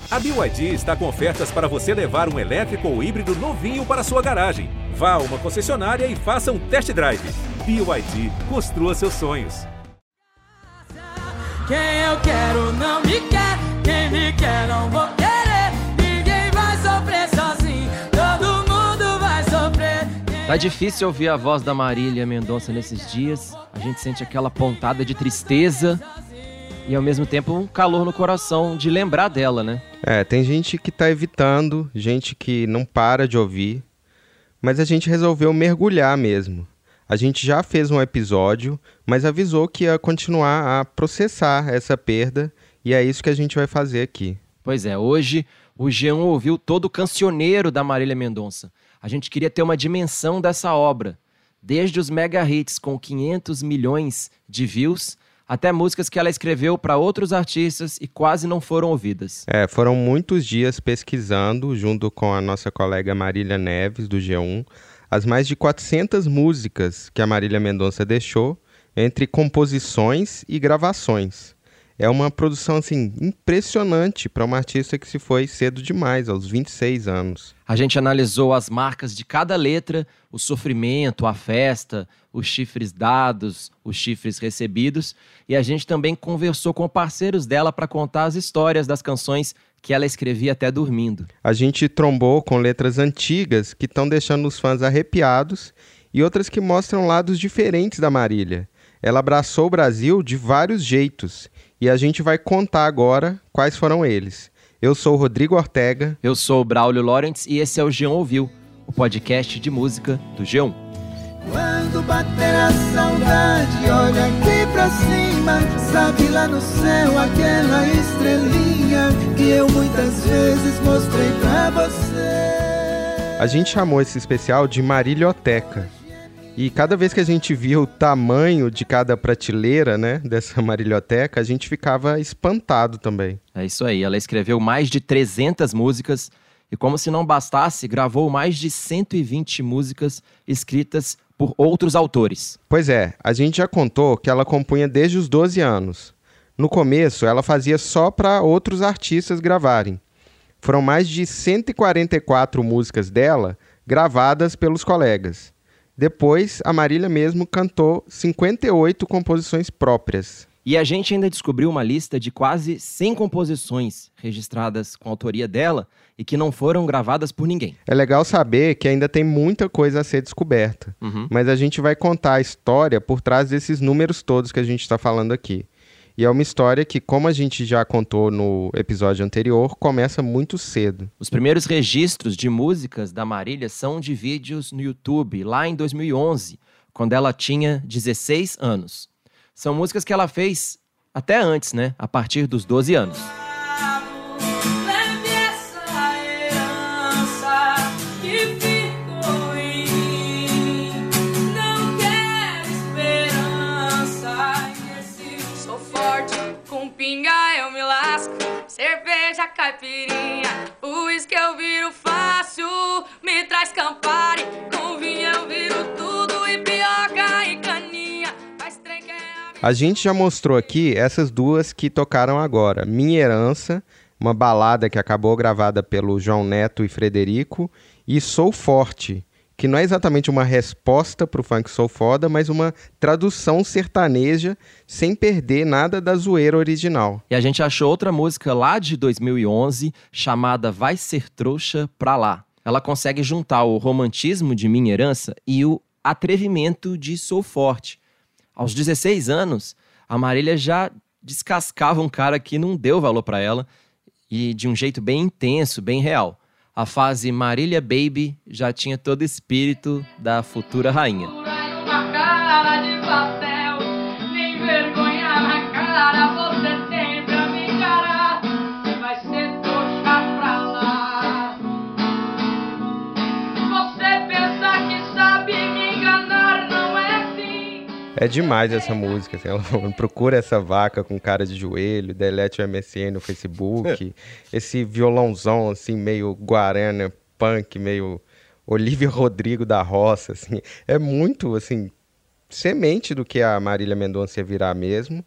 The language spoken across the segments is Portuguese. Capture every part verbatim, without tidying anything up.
A B Y D está com ofertas para você levar um elétrico ou híbrido novinho para sua garagem. Vá a uma concessionária e faça um test drive. B Y D, construa seus sonhos. Quem eu quero não me quer, quem me quer não vou querer. Ninguém vai sofrer sozinho, todo mundo vai sofrer. Tá difícil ouvir a voz da Marília Mendonça nesses dias. A gente sente aquela pontada de tristeza e ao mesmo tempo um calor no coração de lembrar dela, né? É, tem gente que tá evitando, gente que não para de ouvir, mas a gente resolveu mergulhar mesmo. A gente já fez um episódio, mas avisou que ia continuar a processar essa perda, e é isso que a gente vai fazer aqui. Pois é, hoje o G um ouviu todo o cancioneiro da Marília Mendonça. A gente queria ter uma dimensão dessa obra, desde os mega hits com quinhentos milhões de views, até músicas que ela escreveu para outros artistas e quase não foram ouvidas. É, foram muitos dias pesquisando, junto com a nossa colega Marília Neves, do G um, as mais de quatrocentas músicas que a Marília Mendonça deixou, entre composições e gravações. É uma produção assim, impressionante para uma artista que se foi cedo demais, aos vinte e seis anos. A gente analisou as marcas de cada letra, o sofrimento, a festa, os chifres dados, os chifres recebidos, e a gente também conversou com parceiros dela para contar as histórias das canções que ela escrevia até dormindo. A gente trombou com letras antigas que estão deixando os fãs arrepiados e outras que mostram lados diferentes da Marília. Ela abraçou o Brasil de vários jeitos e a gente vai contar agora quais foram eles. Eu sou o Rodrigo Ortega. Eu sou o Braulio Lawrence e esse é o G um Ouviu, o podcast de música do G um. Quando bater a saudade, olha aqui pra cima, sabe lá no céu aquela estrelinha que eu muitas vezes mostrei pra você. A gente chamou esse especial de Marilhoteca. E cada vez que a gente via o tamanho de cada prateleira, né, dessa Marilhoteca, a gente ficava espantado também. É isso aí, ela escreveu mais de trezentas músicas e, como se não bastasse, gravou mais de cento e vinte músicas escritas por outros autores. Pois é, a gente já contou que ela compunha desde os doze anos. No começo, ela fazia só para outros artistas gravarem. Foram mais de cento e quarenta e quatro músicas dela gravadas pelos colegas. Depois, a Marília mesmo cantou cinquenta e oito composições próprias. E a gente ainda descobriu uma lista de quase cem composições registradas com a autoria dela e que não foram gravadas por ninguém. É legal saber que ainda tem muita coisa a ser descoberta, uhum. mas a gente vai contar a história por trás desses números todos que a gente está falando aqui. E é uma história que, como a gente já contou no episódio anterior, começa muito cedo. Os primeiros registros de músicas da Marília são de vídeos no YouTube, lá em dois mil e onze, quando ela tinha dezesseis anos. São músicas que ela fez até antes, né? A partir dos doze anos. Cerveja, caipirinha, o uísque eu viro fácil, me traz Campari, com vinho eu viro tudo e pioca e caninha. Faz trem que é a... a gente já mostrou aqui essas duas que tocaram agora, Minha Herança, uma balada que acabou gravada pelo João Neto e Frederico, e Sou Forte, que não é exatamente uma resposta para o funk Sou Foda, mas uma tradução sertaneja sem perder nada da zoeira original. E a gente achou outra música lá de dois mil e onze, chamada Vai Ser Trouxa Pra Lá. Ela consegue juntar o romantismo de Minha Herança e o atrevimento de Sou Forte. Aos dezesseis anos, a Marília já descascava um cara que não deu valor pra ela e de um jeito bem intenso, bem real. A fase Marília Baby já tinha todo o espírito da futura rainha. Uma cara de papel, nem vergonha na cara você tem pra me encarar. Vai ser trouxa pra lá. Você pensa que sabe me enganar, não é assim. É demais essa música, assim, ela falando, procura essa vaca com cara de joelho, delete o M S N no Facebook, esse violãozão assim, meio Guarana, punk, meio Olívia Rodrigo da Roça, assim, é muito, assim, semente do que a Marília Mendonça ia virar mesmo,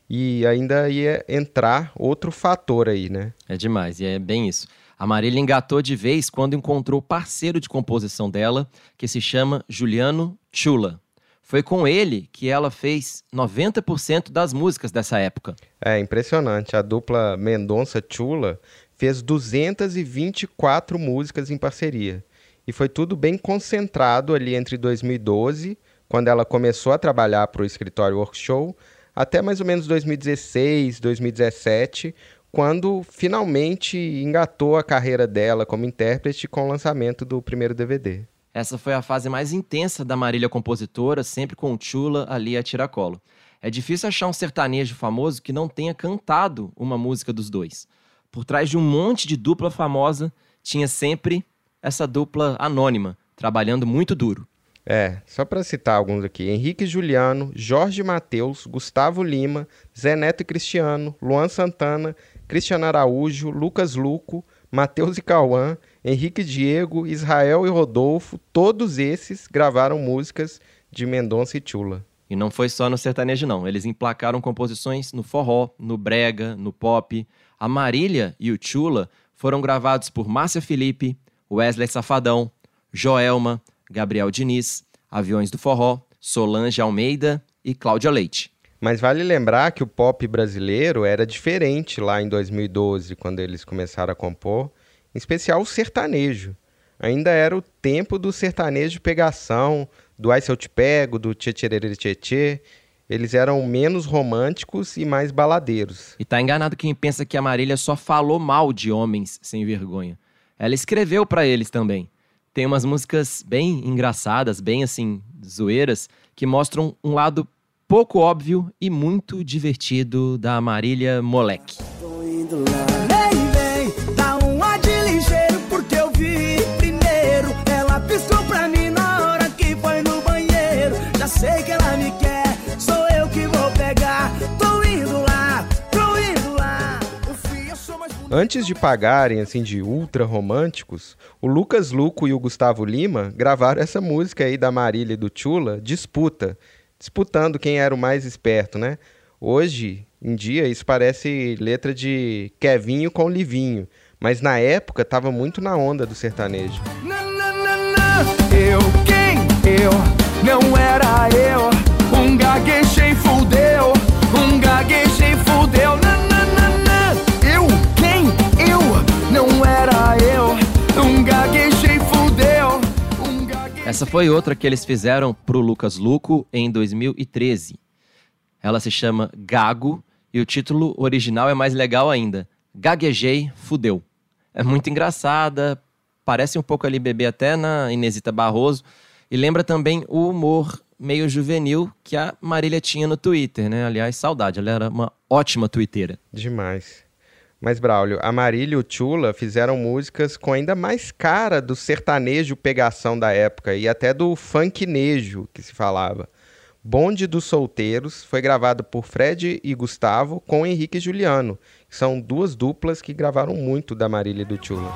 E ainda ia entrar outro fator aí, né? É demais, e é bem isso. A Marília engatou de vez quando encontrou o parceiro de composição dela, que se chama Juliano Tchula. Foi com ele que ela fez noventa por cento das músicas dessa época. É impressionante. A dupla Mendonça-Tchula fez duzentas e vinte e quatro músicas em parceria. E foi tudo bem concentrado ali entre dois mil e doze, quando ela começou a trabalhar para o escritório Workshow, até mais ou menos dois mil e dezesseis, dois mil e dezessete, quando finalmente engatou a carreira dela como intérprete com o lançamento do primeiro D V D. Essa foi a fase mais intensa da Marília compositora, sempre com o Tchula ali a tiracolo. É difícil achar um sertanejo famoso que não tenha cantado uma música dos dois. Por trás de um monte de dupla famosa, tinha sempre essa dupla anônima, trabalhando muito duro. É, só para citar alguns aqui: Henrique e Juliano, Jorge Mateus, Gustavo Lima, Zé Neto e Cristiano, Luan Santana, Cristiano Araújo, Lucas Luco, Mateus e Cauã, Henrique e Diego, Israel e Rodolfo, todos esses gravaram músicas de Mendonça e Tchula. E não foi só no sertanejo não, eles emplacaram composições no forró, no brega, no pop. A Marília e o Tchula foram gravados por Márcia Felipe, Wesley Safadão, Joelma, Gabriel Diniz, Aviões do Forró, Solange Almeida e Cláudia Leite. Mas vale lembrar que o pop brasileiro era diferente lá em dois mil e doze, quando eles começaram a compor, em especial o sertanejo. Ainda era o tempo do sertanejo pegação, do Ai Se Eu Te Pego, do Tchê Tchererê Tchê Tchê. Eles eram menos românticos e mais baladeiros. E tá enganado quem pensa que a Marília só falou mal de homens sem vergonha. Ela escreveu pra eles também. Tem umas músicas bem engraçadas, bem assim, zoeiras, que mostram um lado pouco óbvio e muito divertido da Marília moleque. Tô indo lá. Ei, vem, dá um ar de ligeiro, porque eu vi primeiro. Ela piscou pra mim na hora que foi no banheiro. Já sei que ela me quer, sou eu que vou pegar. Tô indo lá, tô indo lá. Eu fui, eu sou mais bonito. Antes de pagarem assim de ultra românticos, o Lucas Luco e o Gustavo Lima gravaram essa música aí da Marília e do Tchula, Disputa. Disputando quem era o mais esperto, né? Hoje em dia isso parece letra de Kevinho com Livinho, mas na época tava muito na onda do sertanejo. Não, não, não, não. Eu, quem? Eu, não era eu. Um gaguejei fudeu, um gaguejei fudeu. Não, não, não, não. Eu, quem? Eu, não era eu. Um gaguejei fudeu. Um gaguejei... Essa foi outra que eles fizeram pro Lucas Luco em dois mil e treze. Ela se chama Gago e o título original é mais legal ainda. Gaguejei, fudeu. É muito engraçada, parece um pouco ali bebê até na Inesita Barroso e lembra também o humor meio juvenil que a Marília tinha no Twitter, né? Aliás, saudade, ela era uma ótima twitteira. Demais. Mas, Braulio, a Marília e o Tchula fizeram músicas com ainda mais cara do sertanejo pegação da época e até do funknejo que se falava. Bonde dos Solteiros foi gravado por Fred e Gustavo com Henrique e Juliano, que são duas duplas que gravaram muito da Marília e do Tchula.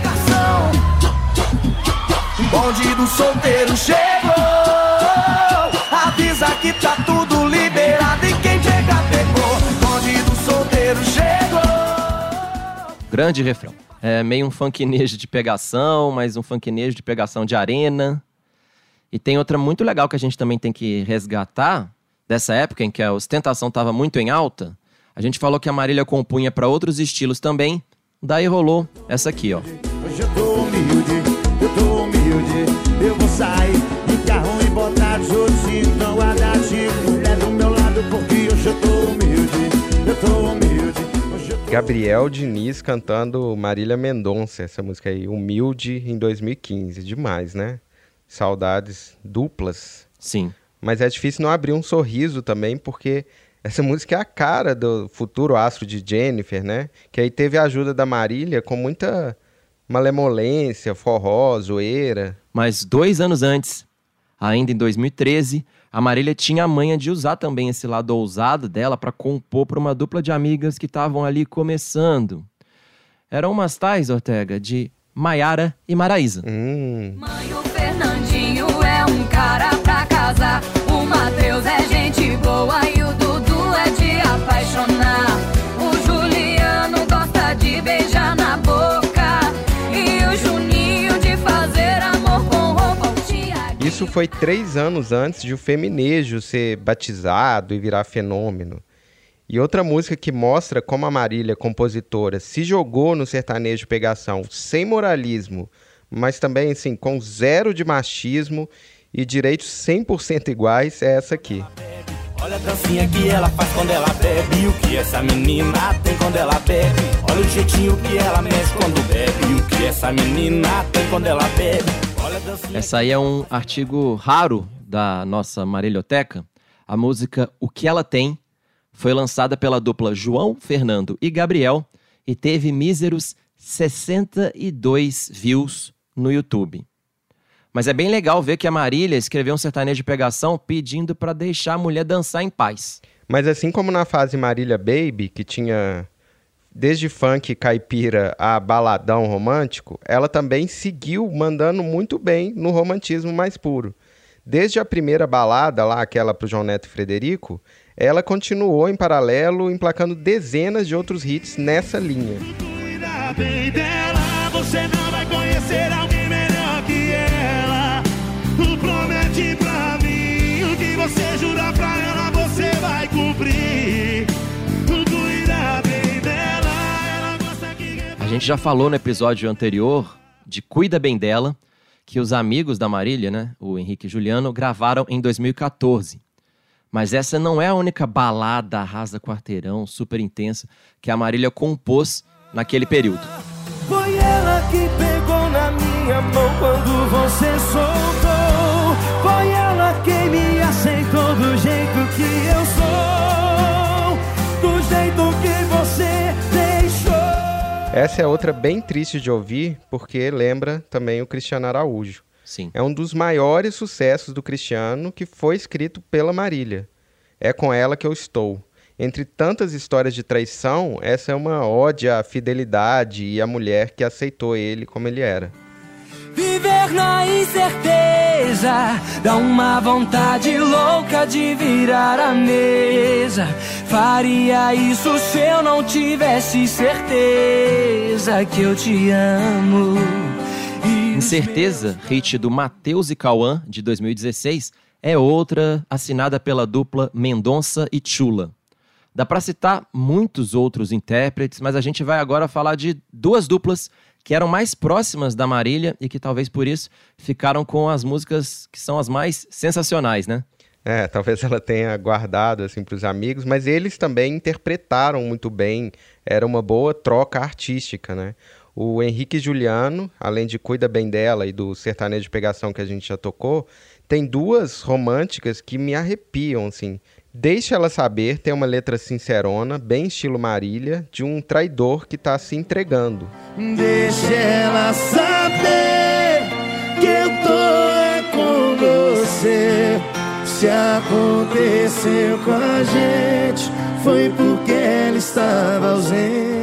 Bonde do solteiro chegou, avisa que tá tudo liberado e quem chegar pegou. Bonde do solteiro chegou. Grande refrão. É meio um funknejo de pegação, mas um funknejo de pegação de arena. E tem outra muito legal que a gente também tem que resgatar, dessa época em que a ostentação estava muito em alta. A gente falou que a Marília compunha para outros estilos também, daí rolou essa aqui, ó. Hoje eu tô humilde, eu tô humilde, eu vou sair de carro e botar os outros então guardar tipo, mulher do meu lado porque hoje eu tô humilde, eu tô humilde. Hoje eu tô... Gabriel Diniz cantando Marília Mendonça, essa música aí, Humilde, em dois mil e quinze, demais, né? Saudades duplas. Sim. Mas é difícil não abrir um sorriso também, porque essa música é a cara do futuro astro de Jennifer, né? Que aí teve a ajuda da Marília com muita malemolência, forró, zoeira. Mas dois anos antes, ainda em dois mil e treze, a Marília tinha a manha de usar também esse lado ousado dela para compor para uma dupla de amigas que estavam ali começando. Eram umas tais, Ortega, de Maiara e Maraísa. Hum. Mãe, o Fernandinho é um cara pra casar. O Matheus é gente boa e o Dudu é de apaixonar. Isso foi três anos antes de o Feminejo ser batizado e virar fenômeno. E outra música que mostra como a Marília, compositora, se jogou no sertanejo pegação sem moralismo, mas também assim, com zero de machismo e direitos cem por cento iguais, é essa aqui. Olha a dancinha que ela faz quando ela bebe, o que essa menina tem quando ela bebe. Olha o jeitinho que ela mexe quando bebe, o que essa menina tem quando ela bebe. Olha a dancinha... Essa aí é um artigo raro da nossa Marilhoteca. A música O Que Ela Tem foi lançada pela dupla João, Fernando e Gabriel e teve míseros sessenta e dois views no YouTube. Mas é bem legal ver que a Marília escreveu um sertanejo de pegação pedindo para deixar a mulher dançar em paz. Mas assim como na fase Marília Baby, que tinha desde funk caipira a baladão romântico, ela também seguiu mandando muito bem no romantismo mais puro. Desde a primeira balada, lá aquela pro João Neto e Frederico, ela continuou em paralelo, emplacando dezenas de outros hits nessa linha. Cuida bem dela, você não vai conhecer alguém melhor que ela. Promete pra mim o que você jurar pra ela, você vai cumprir. Cuida bem dela, ela gosta que... A gente já falou no episódio anterior de Cuida Bem Dela, que os amigos da Marília, né, o Henrique e Juliano, gravaram em dois mil e catorze. Mas essa não é a única balada arrasa quarteirão, super intensa, que a Marília compôs naquele período. Foi ela que pegou na minha mão quando você soltou. Foi ela quem me aceitou do jeito que eu sou, do jeito que você deixou. Essa é outra bem triste de ouvir, porque lembra também o Cristiano Araújo. Sim. É um dos maiores sucessos do Cristiano que foi escrito pela Marília. É com ela que eu estou. Entre tantas histórias de traição, essa é uma ode à fidelidade e à mulher que aceitou ele como ele era. Viver na incerteza dá uma vontade louca de virar a mesa. Faria isso se eu não tivesse certeza que eu te amo. Incerteza, hit do Matheus e Cauã, de dois mil e dezesseis, é outra assinada pela dupla Mendonça e Chula. Dá para citar muitos outros intérpretes, mas a gente vai agora falar de duas duplas que eram mais próximas da Marília e que talvez por isso ficaram com as músicas que são as mais sensacionais, né? É, talvez ela tenha guardado assim para os amigos, mas eles também interpretaram muito bem, era uma boa troca artística, né? O Henrique e Juliano, além de Cuida Bem Dela e do sertanejo de pegação que a gente já tocou, tem duas românticas que me arrepiam, assim. Deixa Ela Saber tem uma letra sincerona, bem estilo Marília, de um traidor que tá se entregando. Deixa ela saber que eu tô com você. Se aconteceu com a gente, foi porque ela estava ausente.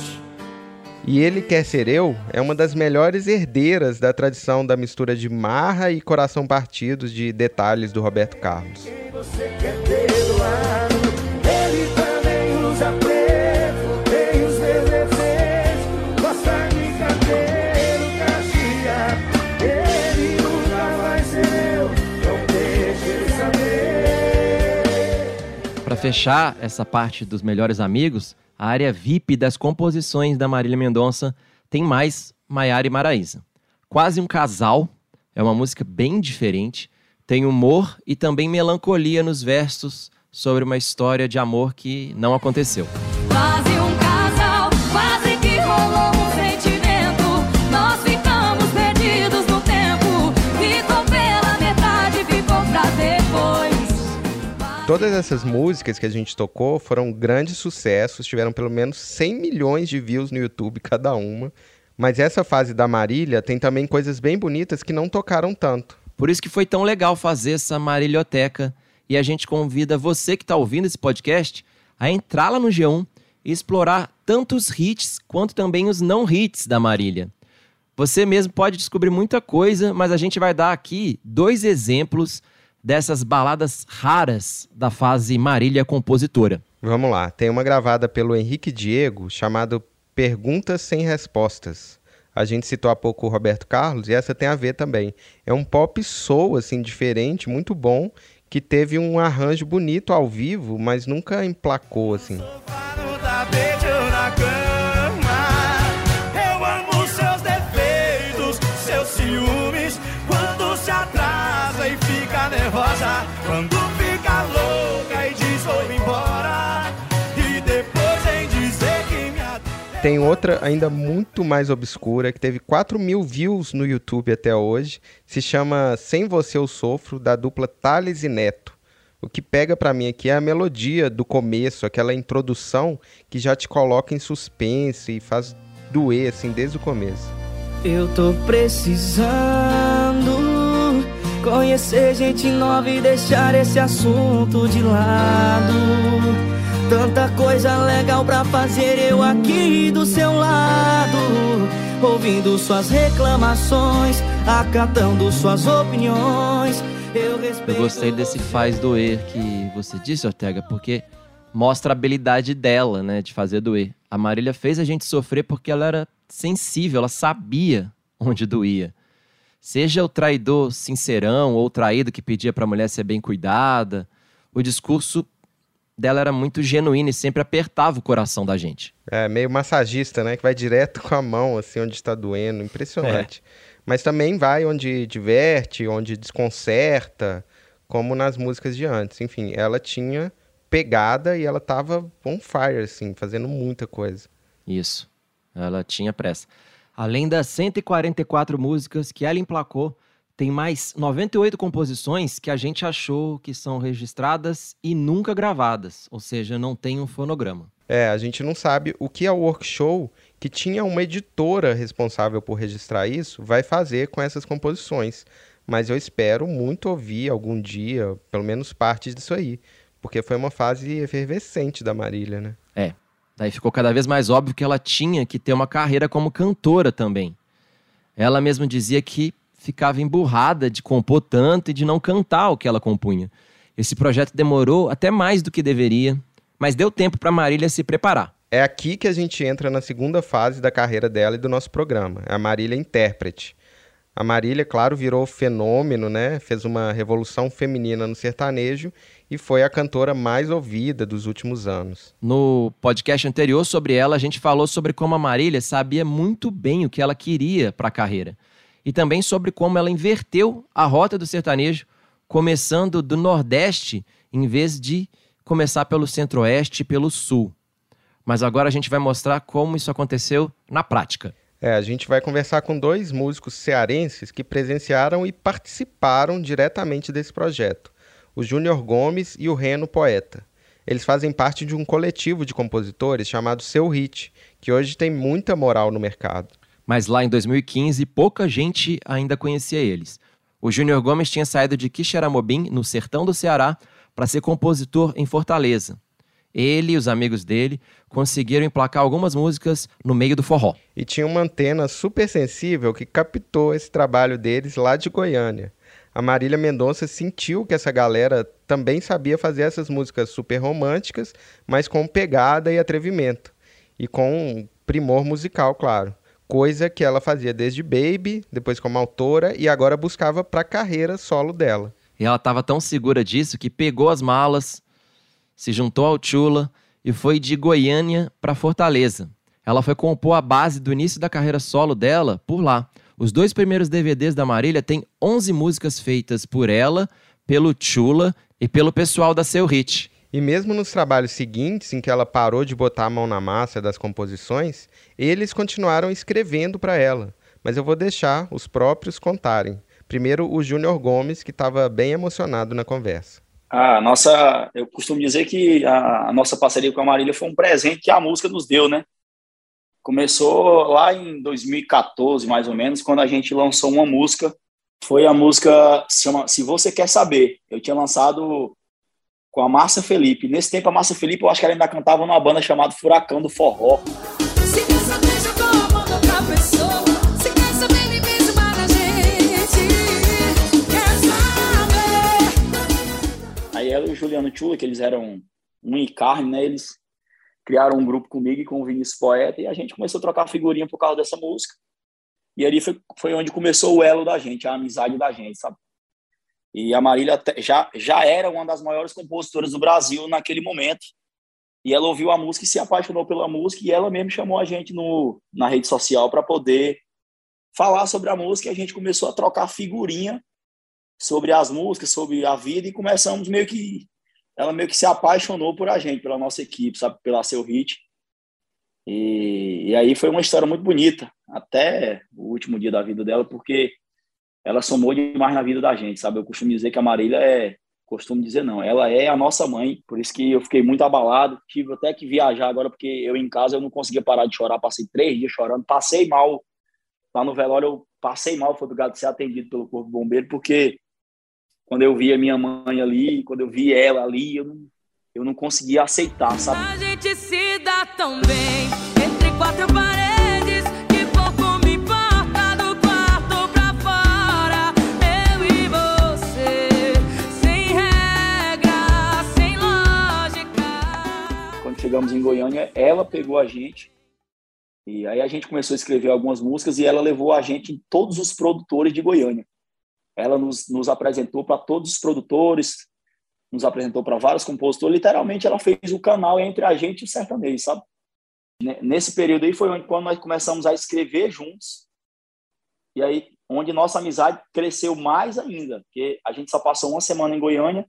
E Ele Quer Ser Eu é uma das melhores herdeiras da tradição da mistura de marra e coração partidos de Detalhes do Roberto Carlos. Você quer ter do lado, ele também usa preto, tem os meus defeitos, gosta de cabelo cacheado, ele nunca vai ser eu, não deixe ele saber. Para fechar essa parte dos melhores amigos, a área V I P das composições da Marília Mendonça tem mais Maiara e Maraísa. Quase um Casal é uma música bem diferente, tem humor e também melancolia nos versos sobre uma história de amor que não aconteceu. Quase um casal, quase que rolou um sentimento. Nós ficamos perdidos no tempo. Ficou pela metade, ficou pra depois. Todas essas músicas que a gente tocou foram grandes sucessos, tiveram pelo menos cem milhões de views no YouTube cada uma. Mas essa fase da Marília tem também coisas bem bonitas que não tocaram tanto. Por isso que foi tão legal fazer essa Marilhoteca e a gente convida você que está ouvindo esse podcast a entrar lá no G um e explorar tanto os hits quanto também os não hits da Marília. Você mesmo pode descobrir muita coisa, mas a gente vai dar aqui dois exemplos dessas baladas raras da fase Marília compositora. Vamos lá, tem uma gravada pelo Henrique Diego chamada Perguntas Sem Respostas. A gente citou há pouco o Roberto Carlos e essa tem a ver também. É um pop soul, assim, diferente, muito bom, que teve um arranjo bonito ao vivo, mas nunca emplacou, assim. Eu amo seus defeitos, seus ciúmes, quando se atrasa e fica nervosa, quando fica louca e diz vou embora, e depois vem dizer que me adora. Tem outra ainda muito mais obscura, que teve quatro mil views no YouTube até hoje, se chama Sem Você Eu Sofro, da dupla Thales e Neto. O que pega pra mim aqui é a melodia do começo, aquela introdução que já te coloca em suspense e faz doer, assim, desde o começo. Eu tô precisando conhecer gente nova e deixar esse assunto de lado. Tanta coisa legal pra fazer eu aqui do seu lado, ouvindo suas reclamações, acatando suas opiniões. Eu, eu gostei desse faz doer que você disse, Ortega, porque mostra a habilidade dela, né, de fazer doer. A Marília fez a gente sofrer porque ela era sensível, ela sabia onde doía. Seja o traidor sincerão ou o traído que pedia pra mulher ser bem cuidada, o discurso dela era muito genuíno e sempre apertava o coração da gente. É, meio massagista, né, que vai direto com a mão, assim, onde está doendo, impressionante. É. Mas também vai onde diverte, onde desconcerta, como nas músicas de antes. Enfim, ela tinha pegada e ela tava on fire, assim, fazendo muita coisa. Isso, ela tinha pressa. Além das cento e quarenta e quatro músicas que ela emplacou, tem mais noventa e oito composições que a gente achou que são registradas e nunca gravadas, ou seja, não tem um fonograma. É, a gente não sabe o que a Workshow, que tinha uma editora responsável por registrar isso, vai fazer com essas composições. Mas eu espero muito ouvir algum dia, pelo menos partes disso aí, porque foi uma fase efervescente da Marília, né? É, daí ficou cada vez mais óbvio que ela tinha que ter uma carreira como cantora também. Ela mesma dizia que ficava emburrada de compor tanto e de não cantar o que ela compunha. Esse projeto demorou até mais do que deveria, mas deu tempo para Marília se preparar. É aqui que a gente entra na segunda fase da carreira dela e do nosso programa, a Marília intérprete. A Marília, claro, virou fenômeno, né? Fez uma revolução feminina no sertanejo e foi a cantora mais ouvida dos últimos anos. No podcast anterior sobre ela, a gente falou sobre como a Marília sabia muito bem o que ela queria para a carreira. E também sobre como ela inverteu a rota do sertanejo, começando do Nordeste em vez de começar pelo Centro-Oeste e pelo Sul. Mas agora a gente vai mostrar como isso aconteceu na prática. É, a gente vai conversar com dois músicos cearenses que presenciaram e participaram diretamente desse projeto, o Júnior Gomes e o Reno Poeta. Eles fazem parte de um coletivo de compositores chamado Seu Hit, que hoje tem muita moral no mercado. Mas lá em dois mil e quinze, pouca gente ainda conhecia eles. O Júnior Gomes tinha saído de Quixeramobim, no sertão do Ceará, para ser compositor em Fortaleza. Ele e os amigos dele conseguiram emplacar algumas músicas no meio do forró. E tinha uma antena super sensível que captou esse trabalho deles lá de Goiânia. A Marília Mendonça sentiu que essa galera também sabia fazer essas músicas super românticas, mas com pegada e atrevimento. E com primor musical, claro. Coisa que ela fazia desde Baby, depois como autora, e agora buscava para a carreira solo dela. E ela estava tão segura disso que pegou as malas, se juntou ao Tchula e foi de Goiânia para Fortaleza. Ela foi compor a base do início da carreira solo dela por lá. Os dois primeiros D V Ds da Marília têm onze músicas feitas por ela, pelo Tchula e pelo pessoal da Seu Hit. E mesmo nos trabalhos seguintes, em que ela parou de botar a mão na massa das composições, eles continuaram escrevendo para ela. Mas eu vou deixar os próprios contarem. Primeiro, o Júnior Gomes, que estava bem emocionado na conversa. A nossa, eu costumo dizer que a, a nossa parceria com a Marília foi um presente que a música nos deu, né? Começou lá em dois mil e quatorze, mais ou menos, quando a gente lançou uma música. Foi a música, se chama Se Você Quer Saber. Eu tinha lançado com a Márcia Felipe. Nesse tempo, a Márcia Felipe, eu acho que ela ainda cantava numa banda chamada Furacão do Forró. Se quer saber, jogou a mão da outra pessoa. Se quer saber, ele mesmo para a gente. Quer saber. Aí ela e o Juliano Tchula, que eles eram um e carne, né? Eles criaram um grupo comigo e com o Vinícius Poeta e a gente começou a trocar figurinha por causa dessa música. E ali foi, foi onde começou o elo da gente, a amizade da gente, sabe? E a Marília já, já era uma das maiores compositoras do Brasil naquele momento. E ela ouviu a música e se apaixonou pela música, e ela mesmo chamou a gente no, na rede social para poder falar sobre a música, e a gente começou a trocar figurinha sobre as músicas, sobre a vida, e começamos meio que... Ela meio que se apaixonou por a gente, pela nossa equipe, sabe? Pela Seu Hit. E, e aí foi uma história muito bonita, até o último dia da vida dela, porque ela somou demais na vida da gente, sabe? Eu costumo dizer que a Marília é... Costumo dizer não, ela é a nossa mãe, por isso que eu fiquei muito abalado, tive até que viajar agora, porque eu em casa eu não conseguia parar de chorar, passei três dias chorando, passei mal, lá no velório eu passei mal, foi obrigado a ser atendido pelo Corpo de Bombeiro, porque quando eu vi a minha mãe ali, quando eu vi ela ali, eu não, eu não conseguia aceitar, sabe? A gente se dá tão bem, entre quatro paredes, que pouco me importa do quarto pra fora, eu e você, sem regra, sem lógica. Quando chegamos em Goiânia, ela pegou a gente, e aí a gente começou a escrever algumas músicas, e ela levou a gente em todos os produtores de Goiânia. Ela nos, nos apresentou para todos os produtores, nos apresentou para vários compositores. Literalmente, ela fez o canal entre a gente e o sertanejo, sabe? Nesse período aí foi onde, quando nós começamos a escrever juntos, e aí onde nossa amizade cresceu mais ainda, porque a gente só passou uma semana em Goiânia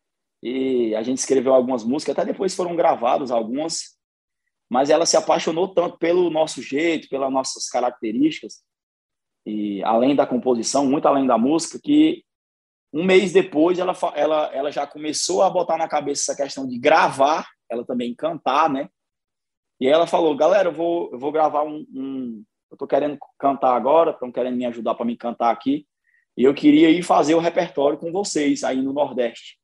e a gente escreveu algumas músicas, até depois foram gravadas algumas, mas ela se apaixonou tanto pelo nosso jeito, pelas nossas características, e além da composição, muito além da música, que um mês depois ela, ela, ela já começou a botar na cabeça essa questão de gravar, ela também cantar, né? E ela falou, galera, eu vou, eu vou gravar um... um eu tô querendo cantar agora, estão querendo me ajudar para me cantar aqui, e eu queria ir fazer o repertório com vocês aí no Nordeste.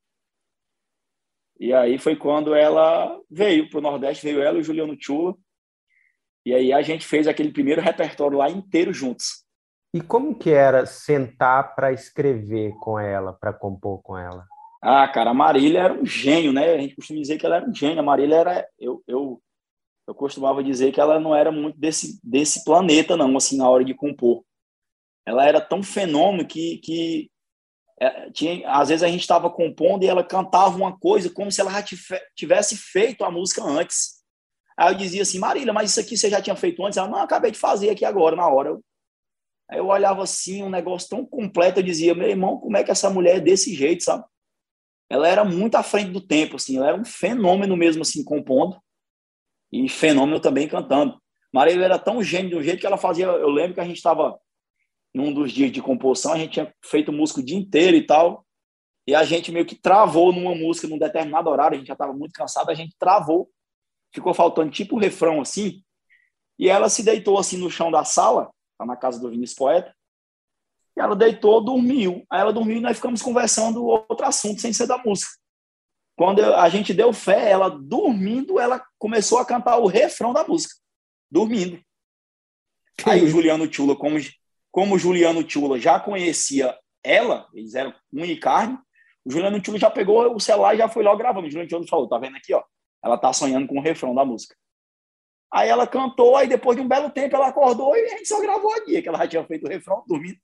E aí foi quando ela veio para o Nordeste, veio ela e o Juliano Tchula, e aí a gente fez aquele primeiro repertório lá inteiro juntos. E como que era sentar para escrever com ela, para compor com ela? Ah, cara, a Marília era um gênio, né? A gente costuma dizer que ela era um gênio. A Marília era... Eu, eu, eu costumava dizer que ela não era muito desse, desse planeta, não, assim, na hora de compor. Ela era tão fenômeno que... que é, tinha, às vezes a gente estava compondo e ela cantava uma coisa como se ela já tivesse feito a música antes. Aí eu dizia assim, Marília, mas isso aqui você já tinha feito antes? Ela, não, eu acabei de fazer aqui agora, na hora. Eu, Aí eu olhava assim, um negócio tão completo, eu dizia, meu irmão, como é que essa mulher é desse jeito, sabe? Ela era muito à frente do tempo, assim, ela era um fenômeno mesmo, assim, compondo, e fenômeno também cantando. Marília era tão gênio do jeito que ela fazia, eu lembro que a gente estava, num dos dias de composição, a gente tinha feito música o dia inteiro e tal, e a gente meio que travou numa música num determinado horário, a gente já estava muito cansado, a gente travou, ficou faltando tipo o refrão, assim, e ela se deitou, assim, no chão da sala, tá na casa do Vinícius Poeta, e ela deitou, dormiu. Aí ela dormiu e nós ficamos conversando outro assunto, sem ser da música. Quando eu, a gente deu fé, ela dormindo, ela começou a cantar o refrão da música, dormindo. Aí o Juliano Tchula, como, como o Juliano Tchula já conhecia ela, eles eram unha e carne, o Juliano Tchula já pegou o celular e já foi logo gravando. O Juliano Tchula falou, tá vendo aqui, ó, ela tá sonhando com o refrão da música. Aí ela cantou, aí depois de um belo tempo ela acordou e a gente só gravou aqui, que ela já tinha feito o refrão, dormindo.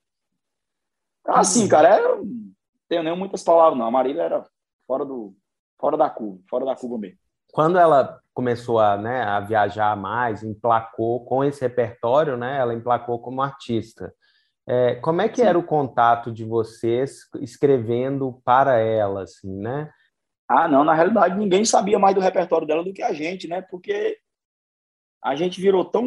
Assim, cara, eu não tenho nem muitas palavras, não. A Marília era fora, do, fora da curva, fora da curva mesmo. Quando ela começou a, né, a viajar mais, emplacou com esse repertório, né, ela emplacou como artista. É, como é que Sim. era o contato de vocês escrevendo para ela, assim, né? Ah, não, na realidade ninguém sabia mais do repertório dela do que a gente, né? Porque a gente virou tão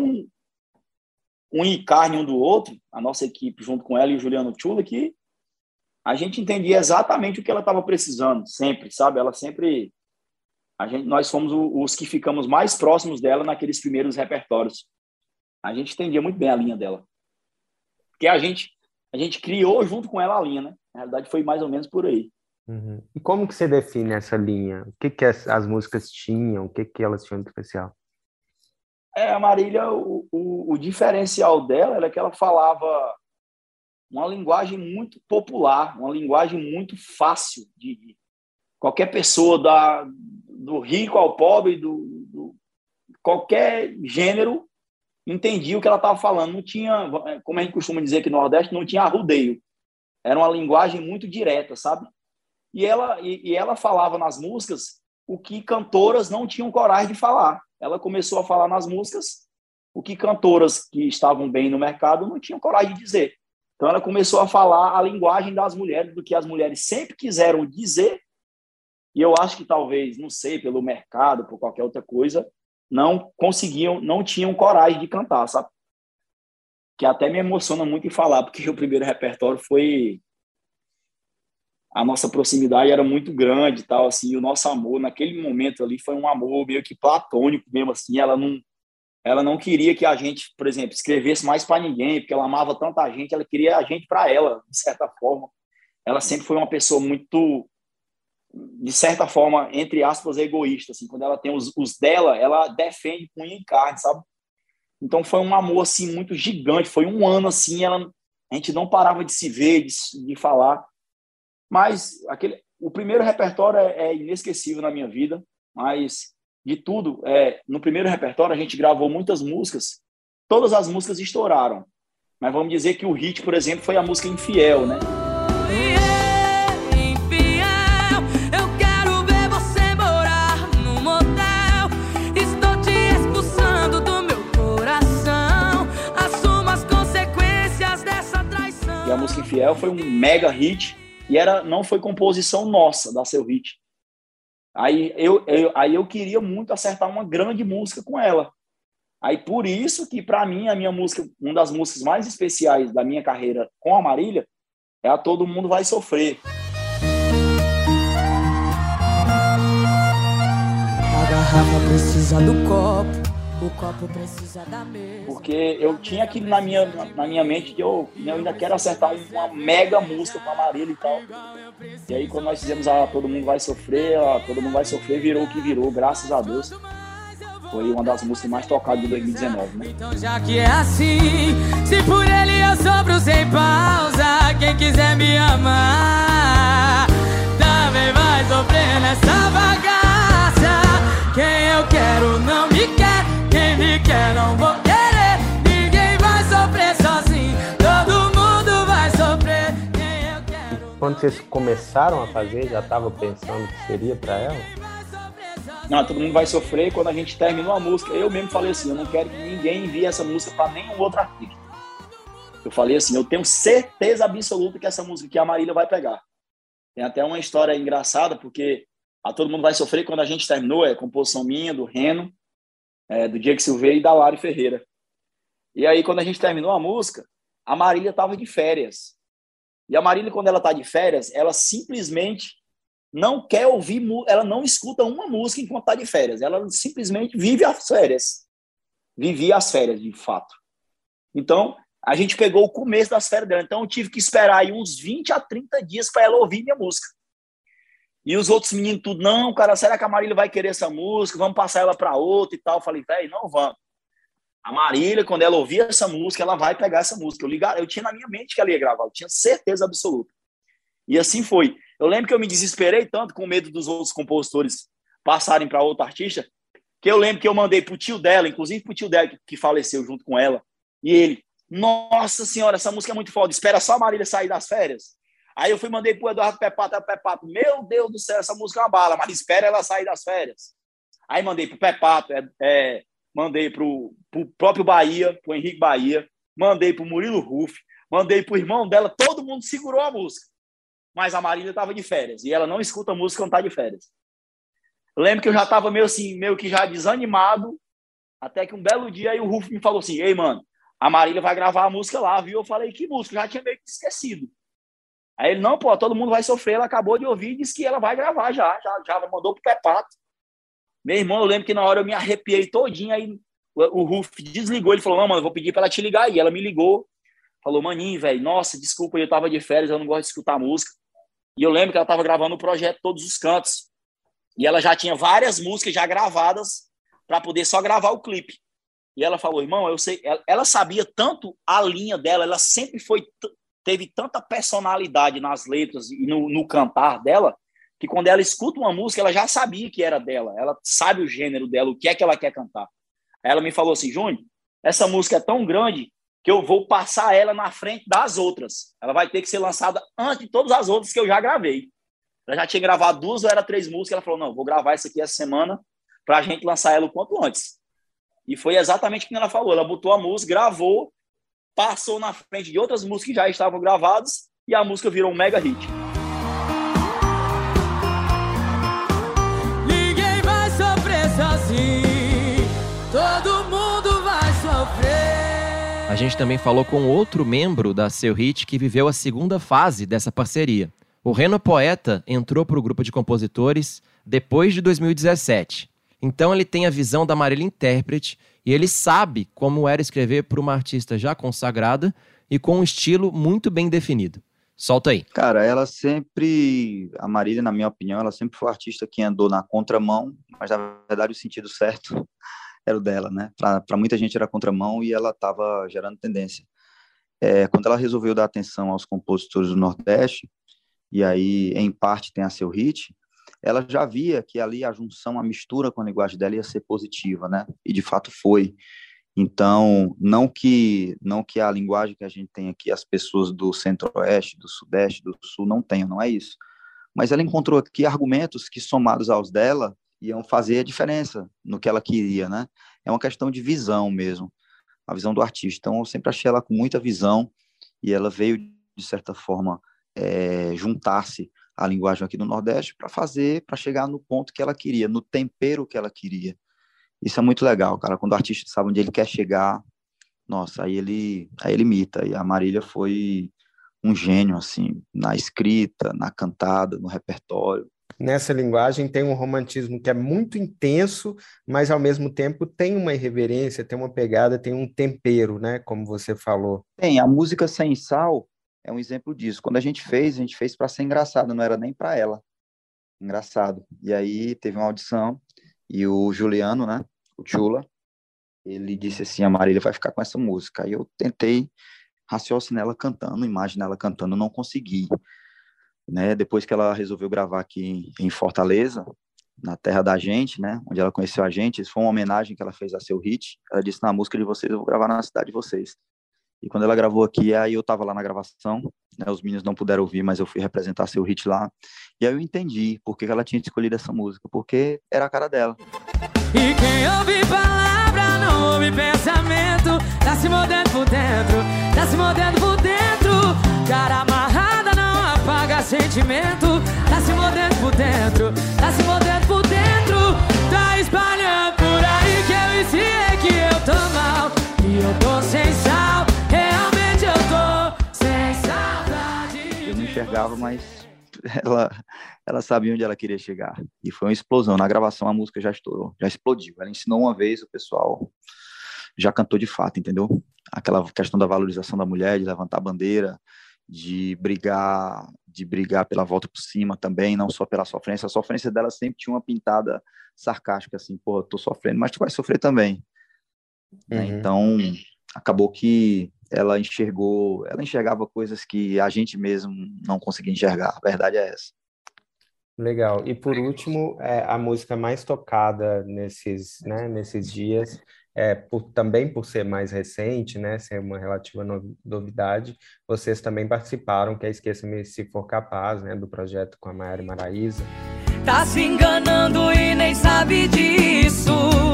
um e carne um do outro, a nossa equipe, junto com ela e o Juliano Tchula, que a gente entendia exatamente o que ela estava precisando, sempre, sabe? Ela sempre... A gente, nós fomos os que ficamos mais próximos dela naqueles primeiros repertórios. A gente entendia muito bem a linha dela. Porque a gente, a gente criou junto com ela a linha, né? Na realidade, foi mais ou menos por aí. Uhum. E como que você define essa linha? O que, que as, as músicas tinham? O que, que elas tinham de especial? É, a Marília, o, o, o diferencial dela era que ela falava uma linguagem muito popular, uma linguagem muito fácil de qualquer pessoa, da, do rico ao pobre, do, do qualquer gênero, entendia o que ela estava falando. Não tinha, como a gente costuma dizer aqui no Nordeste, não tinha arrudeio. Era uma linguagem muito direta, sabe? E ela, e, e ela falava nas músicas o que cantoras não tinham coragem de falar. Ela começou a falar nas músicas o que cantoras que estavam bem no mercado não tinham coragem de dizer. Então, ela começou a falar a linguagem das mulheres, do que as mulheres sempre quiseram dizer, e eu acho que talvez, não sei, pelo mercado, por qualquer outra coisa, não conseguiam, não tinham coragem de cantar, sabe? Que até me emociona muito em falar, porque o primeiro repertório foi... A nossa proximidade era muito grande, tal, assim, e o nosso amor, naquele momento ali, foi um amor meio que platônico mesmo, assim, ela não... Ela não queria que a gente, por exemplo, escrevesse mais para ninguém, porque ela amava tanta gente, ela queria a gente para ela, de certa forma. Ela sempre foi uma pessoa muito, de certa forma, entre aspas, egoísta. Assim, quando ela tem os, os dela, ela defende com unha e carne, sabe? Então foi um amor assim, muito gigante. Foi um ano assim, ela, a gente não parava de se ver, de, de falar. Mas aquele, o primeiro repertório é, é inesquecível na minha vida, mas... de tudo, é, no primeiro repertório a gente gravou muitas músicas, todas as músicas estouraram, mas vamos dizer que o hit, por exemplo, foi a música Infiel, né? Infiel, eu quero ver você morar no motel, estou te expulsando do meu coração, assuma as consequências dessa traição. E a música Infiel foi um mega hit, e era, não foi composição nossa da Seu Hit. Aí eu, eu, aí eu queria muito acertar uma grande música com ela. Aí por isso que, para mim, a minha música, uma das músicas mais especiais da minha carreira com a Marília é a Todo Mundo Vai Sofrer. A garrafa precisa do copo, o copo precisa da mesa. Porque eu tinha aquilo na minha, na minha mente que eu, eu ainda quero acertar uma mega música com a Marília e tal. E aí, quando nós fizemos a Todo Mundo Vai Sofrer, a Todo Mundo Vai Sofrer virou o que virou, graças a Deus. Foi uma das músicas mais tocadas de dois mil e dezenove, né? Então, já que é assim, se por ele eu sofro sem pausa, quem quiser me amar também vai sofrer nessa bagaça. Quem eu quero não me quer, quem me quer não vou querer. Ninguém vai sofrer sozinho, todo mundo vai sofrer. Quem eu quero. Quando vocês começaram a fazer, já estava pensando que seria para ela? Não, Todo Mundo Vai Sofrer. Quando a gente terminou a música, eu mesmo falei assim, eu não quero que ninguém envie essa música para nenhum outro artista. Eu falei assim, eu tenho certeza absoluta que essa música aqui a Marília vai pegar. Tem até uma história engraçada, porque a Todo Mundo Vai Sofrer, quando a gente terminou, é composição minha, do Reno, é, do Diego Silveira e da Lari Ferreira. E aí, quando a gente terminou a música, a Marília estava de férias. E a Marília, quando ela está de férias, ela simplesmente não quer ouvir, ela não escuta uma música enquanto está de férias. Ela simplesmente vive as férias. Vivia as férias, de fato. Então, a gente pegou o começo das férias dela. Então, eu tive que esperar aí uns vinte a trinta dias para ela ouvir minha música. E os outros meninos tudo, não, cara, será que a Marília vai querer essa música? Vamos passar ela para outra e tal. Eu falei, velho, não vamos. A Marília, quando ela ouvir essa música, ela vai pegar essa música. Eu, ligar, eu tinha na minha mente que ela ia gravar, eu tinha certeza absoluta. E assim foi. Eu lembro que eu me desesperei tanto com medo dos outros compositores passarem para outro artista, que eu lembro que eu mandei pro tio dela, inclusive pro tio dela que, que faleceu junto com ela, e ele, nossa senhora, essa música é muito foda, espera só a Marília sair das férias. Aí eu fui mandei pro Eduardo Pepato, Pepato, meu Deus do céu, essa música é uma bala, mas espera ela sair das férias. Aí mandei pro Pepato, é, é, mandei pro, pro próprio Bahia, pro Henrique Bahia, mandei pro Murilo Ruff, mandei pro irmão dela, todo mundo segurou a música. Mas a Marília estava de férias, e ela não escuta música quando está de férias. Eu lembro que eu já estava meio assim, meio que já desanimado, até que um belo dia aí o Rufo me falou assim, ei, mano, a Marília vai gravar a música lá, viu? Eu falei, que música? Eu já tinha meio que esquecido. Aí ele, não, pô, Todo Mundo Vai Sofrer, ela acabou de ouvir e disse que ela vai gravar já, já, já mandou pro Pepato. Meu irmão, eu lembro que na hora eu me arrepiei todinho, aí o, o Rufo desligou, ele falou, não, mano, eu vou pedir para ela te ligar, e ela me ligou, falou, maninho, velho, nossa, desculpa, eu tava de férias, eu não gosto de escutar música. E eu lembro que ela estava gravando o projeto Todos os Cantos. E ela já tinha várias músicas já gravadas para poder só gravar o clipe. E ela falou, irmão, eu sei... Ela, ela sabia tanto a linha dela, ela sempre foi teve tanta personalidade nas letras e no, no cantar dela, que quando ela escuta uma música, ela já sabia que era dela. Ela sabe o gênero dela, o que é que ela quer cantar. Aí ela me falou assim, Júnior, essa música é tão grande que eu vou passar ela na frente das outras. Ela vai ter que ser lançada antes de todas as outras que eu já gravei. Ela já tinha gravado duas ou era três músicas, ela falou, não, vou gravar essa aqui essa semana para a gente lançar ela o quanto antes. E foi exatamente o que ela falou. Ela botou a música, gravou, passou na frente de outras músicas que já estavam gravadas e a música virou um mega hit. Ninguém vai sofrer sozinho, todo mundo vai sofrer. A gente também falou com outro membro da Seu Hit que viveu a segunda fase dessa parceria. O Reno Poeta entrou para o grupo de compositores depois de dois mil e dezessete. Então ele tem a visão da Marília intérprete e ele sabe como era escrever para uma artista já consagrada e com um estilo muito bem definido. Solta aí. Cara, ela sempre, a Marília, na minha opinião, ela sempre foi a artista que andou na contramão, mas na verdade o sentido certo era o dela, né? Para muita gente era contramão e ela estava gerando tendência. É, quando ela resolveu dar atenção aos compositores do Nordeste, e aí, em parte, tem a Seu Hit, ela já via que ali a junção, a mistura com a linguagem dela ia ser positiva, né? E de fato foi. Então, não que, não que a linguagem que a gente tem aqui, as pessoas do Centro-Oeste, do Sudeste, do Sul não tenham, não é isso. Mas ela encontrou aqui argumentos que, somados aos dela, iam fazer a diferença no que ela queria, né? É uma questão de visão mesmo, a visão do artista. Então, eu sempre achei ela com muita visão e ela veio, de certa forma, é, juntar-se à linguagem aqui do Nordeste para fazer, para chegar no ponto que ela queria, no tempero que ela queria. Isso é muito legal, cara, quando o artista sabe onde ele quer chegar, nossa, aí ele, aí ele imita, e a Marília foi um gênio, assim, na escrita, na cantada, no repertório. Nessa linguagem tem um romantismo que é muito intenso, mas ao mesmo tempo tem uma irreverência, tem uma pegada, tem um tempero, né, como você falou. Tem, a música Sem Sal é um exemplo disso. Quando a gente fez, a gente fez para ser engraçado, não era nem para ela. Engraçado. E aí teve uma audição, e o Juliano, né, o Chula, ele disse assim, a Marília vai ficar com essa música. Aí eu tentei raciocinar ela cantando, imaginar ela cantando, não consegui. Né? Depois que ela resolveu gravar aqui em Fortaleza, na terra da gente, né, onde ela conheceu a gente, isso foi uma homenagem que ela fez a Seu Hit. Ela disse, na música de vocês, eu vou gravar na cidade de vocês. E quando ela gravou aqui, aí eu tava lá na gravação, né, os meninos não puderam ouvir, mas eu fui representar Seu Hit lá. E aí eu entendi por que ela tinha escolhido essa música, porque era a cara dela. E quem ouve palavra não ouve pensamento, tá se mordendo por dentro, tá se mordendo por dentro. Cara amarrada não apaga sentimento, tá se mordendo por dentro, tá se mordendo por dentro. Tá espalhando por aí que eu ensinei que eu tô mal, que eu tô sem sal, realmente eu tô sem saudade. Eu não enxergava, mas ela, ela sabia onde ela queria chegar. E foi uma explosão. Na gravação a música já estourou, já explodiu. Ela ensinou uma vez, o pessoal já cantou de fato, entendeu? Aquela questão da valorização da mulher, de levantar a bandeira, de brigar, de brigar pela volta por cima também, não só pela sofrência. A sofrência dela sempre tinha uma pintada sarcástica, assim, pô, eu tô sofrendo, mas tu vai sofrer também. Uhum. Então, acabou que ela enxergou, ela enxergava coisas que a gente mesmo não conseguia enxergar. A verdade é essa. Legal. E por último, é, a música mais tocada nesses, né, nesses dias, é, por, também por ser mais recente, né, ser uma relativa novidade, vocês também participaram, que é Esqueça-me Se For Capaz, né, do projeto com a Maiara Maraíza. Tá se enganando e nem sabe disso.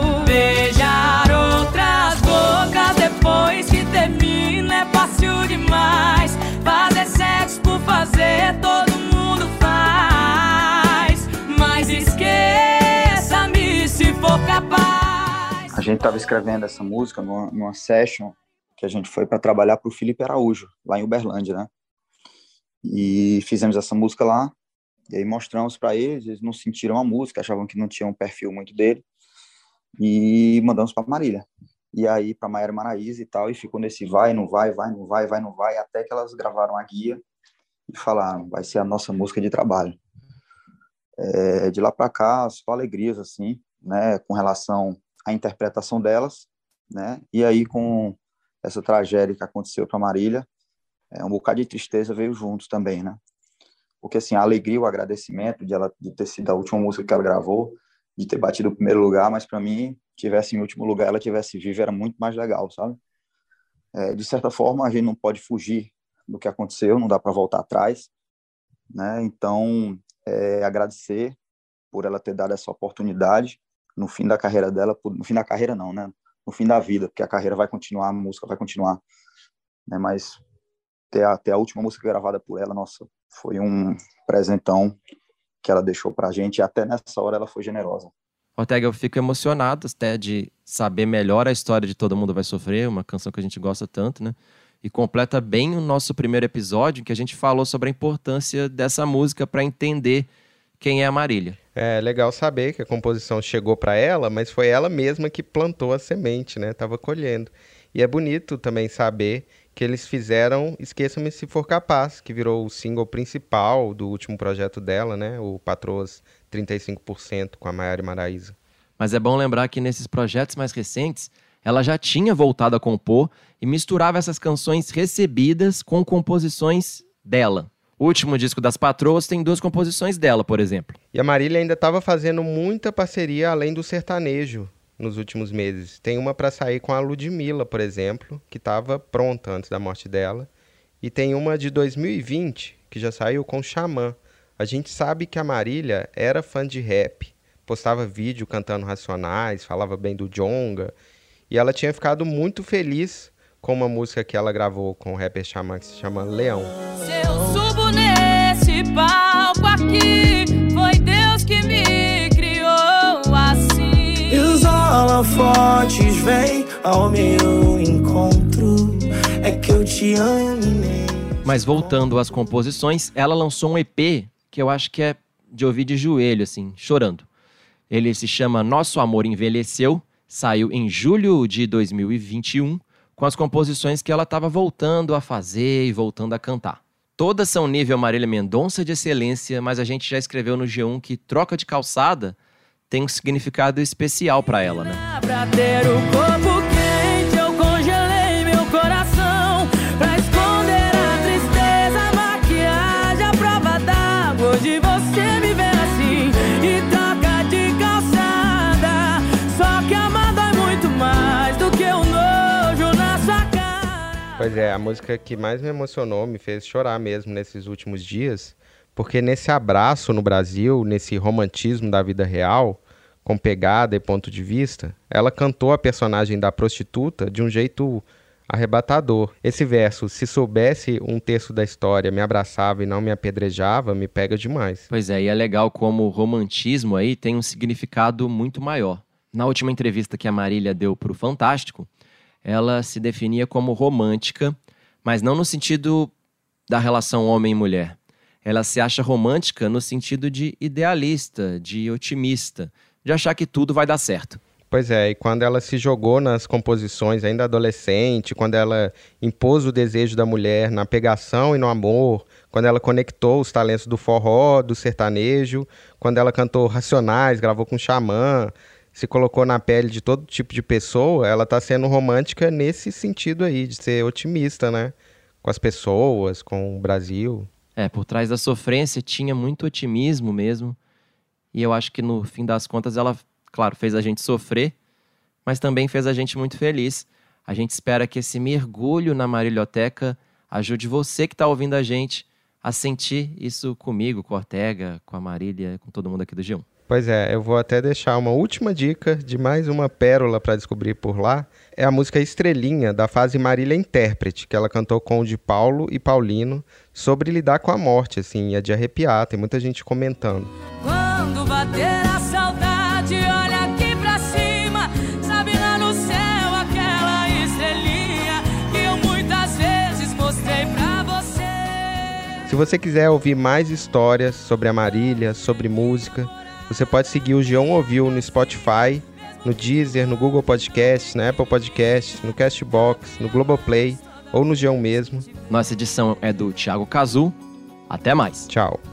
Beijar outras bocas depois que termina é fácil demais. Fazer sexo por fazer todo mundo faz. Mas esqueça-me se for capaz. A gente estava escrevendo essa música numa, numa session que a gente foi para trabalhar para o Felipe Araújo, lá em Uberlândia, né? E fizemos essa música lá. E aí mostramos para eles, eles não sentiram a música, achavam que não tinha um perfil muito dele, e mandamos para Marília. E aí para Maiara Maraíza e tal, e ficou nesse vai, não vai, vai, não vai, vai, não vai, até que elas gravaram a guia e falaram, vai ser a nossa música de trabalho. É, de lá para cá, só alegrias, assim, né, com relação à interpretação delas, né, e aí com essa tragédia que aconteceu para Marília, é, um bocado de tristeza veio juntos também, né. Porque, assim, a alegria, o agradecimento de ela de ter sido a última música que ela gravou, de ter batido o primeiro lugar, mas para mim, tivesse em último lugar, ela tivesse viva, era muito mais legal, sabe? É, de certa forma, a gente não pode fugir do que aconteceu, não dá para voltar atrás, né? Então, é, agradecer por ela ter dado essa oportunidade no fim da carreira dela, no fim da carreira não, né? No fim da vida, porque a carreira vai continuar, a música vai continuar, né? Mas ter a, ter a última música gravada por ela, nossa, foi um presentão que ela deixou pra gente, e até nessa hora ela foi generosa. Ortega, eu fico emocionado até de saber melhor a história de Todo Mundo Vai Sofrer, uma canção que a gente gosta tanto, né? E completa bem o nosso primeiro episódio, em que a gente falou sobre a importância dessa música para entender quem é a Marília. É legal saber que a composição chegou para ela, mas foi ela mesma que plantou a semente, né? Tava colhendo. E é bonito também saber que eles fizeram Esqueça-me Se For Capaz, que virou o single principal do último projeto dela, né? O Patroas trinta e cinco por cento com a Maiara e Maraísa. Mas é bom lembrar que nesses projetos mais recentes, ela já tinha voltado a compor e misturava essas canções recebidas com composições dela. O último disco das Patroas tem duas composições dela, por exemplo. E a Marília ainda estava fazendo muita parceria além do sertanejo nos últimos meses. Tem uma para sair com a Ludmilla, por exemplo, que estava pronta antes da morte dela. E tem uma de dois mil e vinte, que já saiu com o Xamã. A gente sabe que a Marília era fã de rap, postava vídeo cantando Racionais, falava bem do Djonga. E ela tinha ficado muito feliz com uma música que ela gravou com o rapper Xamã, que se chama Leão. Se eu subo nesse palco aqui, foi Deus que me criou assim. E os holofotes vêm ao meu encontro, é que eu te amei. Mas voltando às composições, ela lançou um E P que eu acho que é de ouvir de joelho, assim, chorando. Ele se chama Nosso Amor Envelheceu, saiu em julho de dois mil e vinte e um, com as composições que ela estava voltando a fazer e voltando a cantar. Todas são nível Marília Mendonça de excelência, mas a gente já escreveu no G um que troca de calçada tem um significado especial para ela, né? Pra ter o corpo quente, eu congelei meu coração. Pra esconder a tristeza, a maquiagem, a prova d'água. Hoje você me vê assim e troca de calçada. Só que amar dói muito mais do que um nojo na sua cara. Pois é, a música que mais me emocionou, me fez chorar mesmo nesses últimos dias, porque nesse abraço no Brasil, nesse romantismo da vida real, com pegada e ponto de vista, ela cantou a personagem da prostituta de um jeito arrebatador. Esse verso, se soubesse um terço da história, me abraçava e não me apedrejava, me pega demais. Pois é, e é legal como o romantismo aí tem um significado muito maior. Na última entrevista que a Marília deu para o Fantástico, ela se definia como romântica, mas não no sentido da relação homem e mulher. Ela se acha romântica no sentido de idealista, de otimista, de achar que tudo vai dar certo. Pois é, e quando ela se jogou nas composições ainda adolescente, quando ela impôs o desejo da mulher na pegação e no amor, quando ela conectou os talentos do forró, do sertanejo, quando ela cantou Racionais, gravou com Xamã, se colocou na pele de todo tipo de pessoa, ela está sendo romântica nesse sentido aí, de ser otimista, né? Com as pessoas, com o Brasil. É, por trás da sofrência tinha muito otimismo mesmo. E eu acho que no fim das contas ela, claro, fez a gente sofrer, mas também fez a gente muito feliz. A gente espera que esse mergulho na Marilioteca ajude você que está ouvindo a gente a sentir isso comigo, com a Ortega, com a Marília, com todo mundo aqui do G um. Pois é, eu vou até deixar uma última dica de mais uma pérola para descobrir por lá. É a música Estrelinha, da fase Marília Intérprete, que ela cantou com o de Paulo e Paulino, sobre lidar com a morte, assim, é de arrepiar, tem muita gente comentando. Quando bater a saudade, olha aqui pra cima, sabe lá no céu aquela estrelinha que eu muitas vezes mostrei pra você. Se você quiser ouvir mais histórias sobre a Marília, sobre música, você pode seguir o G um Ouviu no Spotify, no Deezer, no Google Podcast, na Apple Podcast, no Castbox, no Globoplay ou no G um mesmo. Nossa edição é do Thiago Cazu. Até mais. Tchau.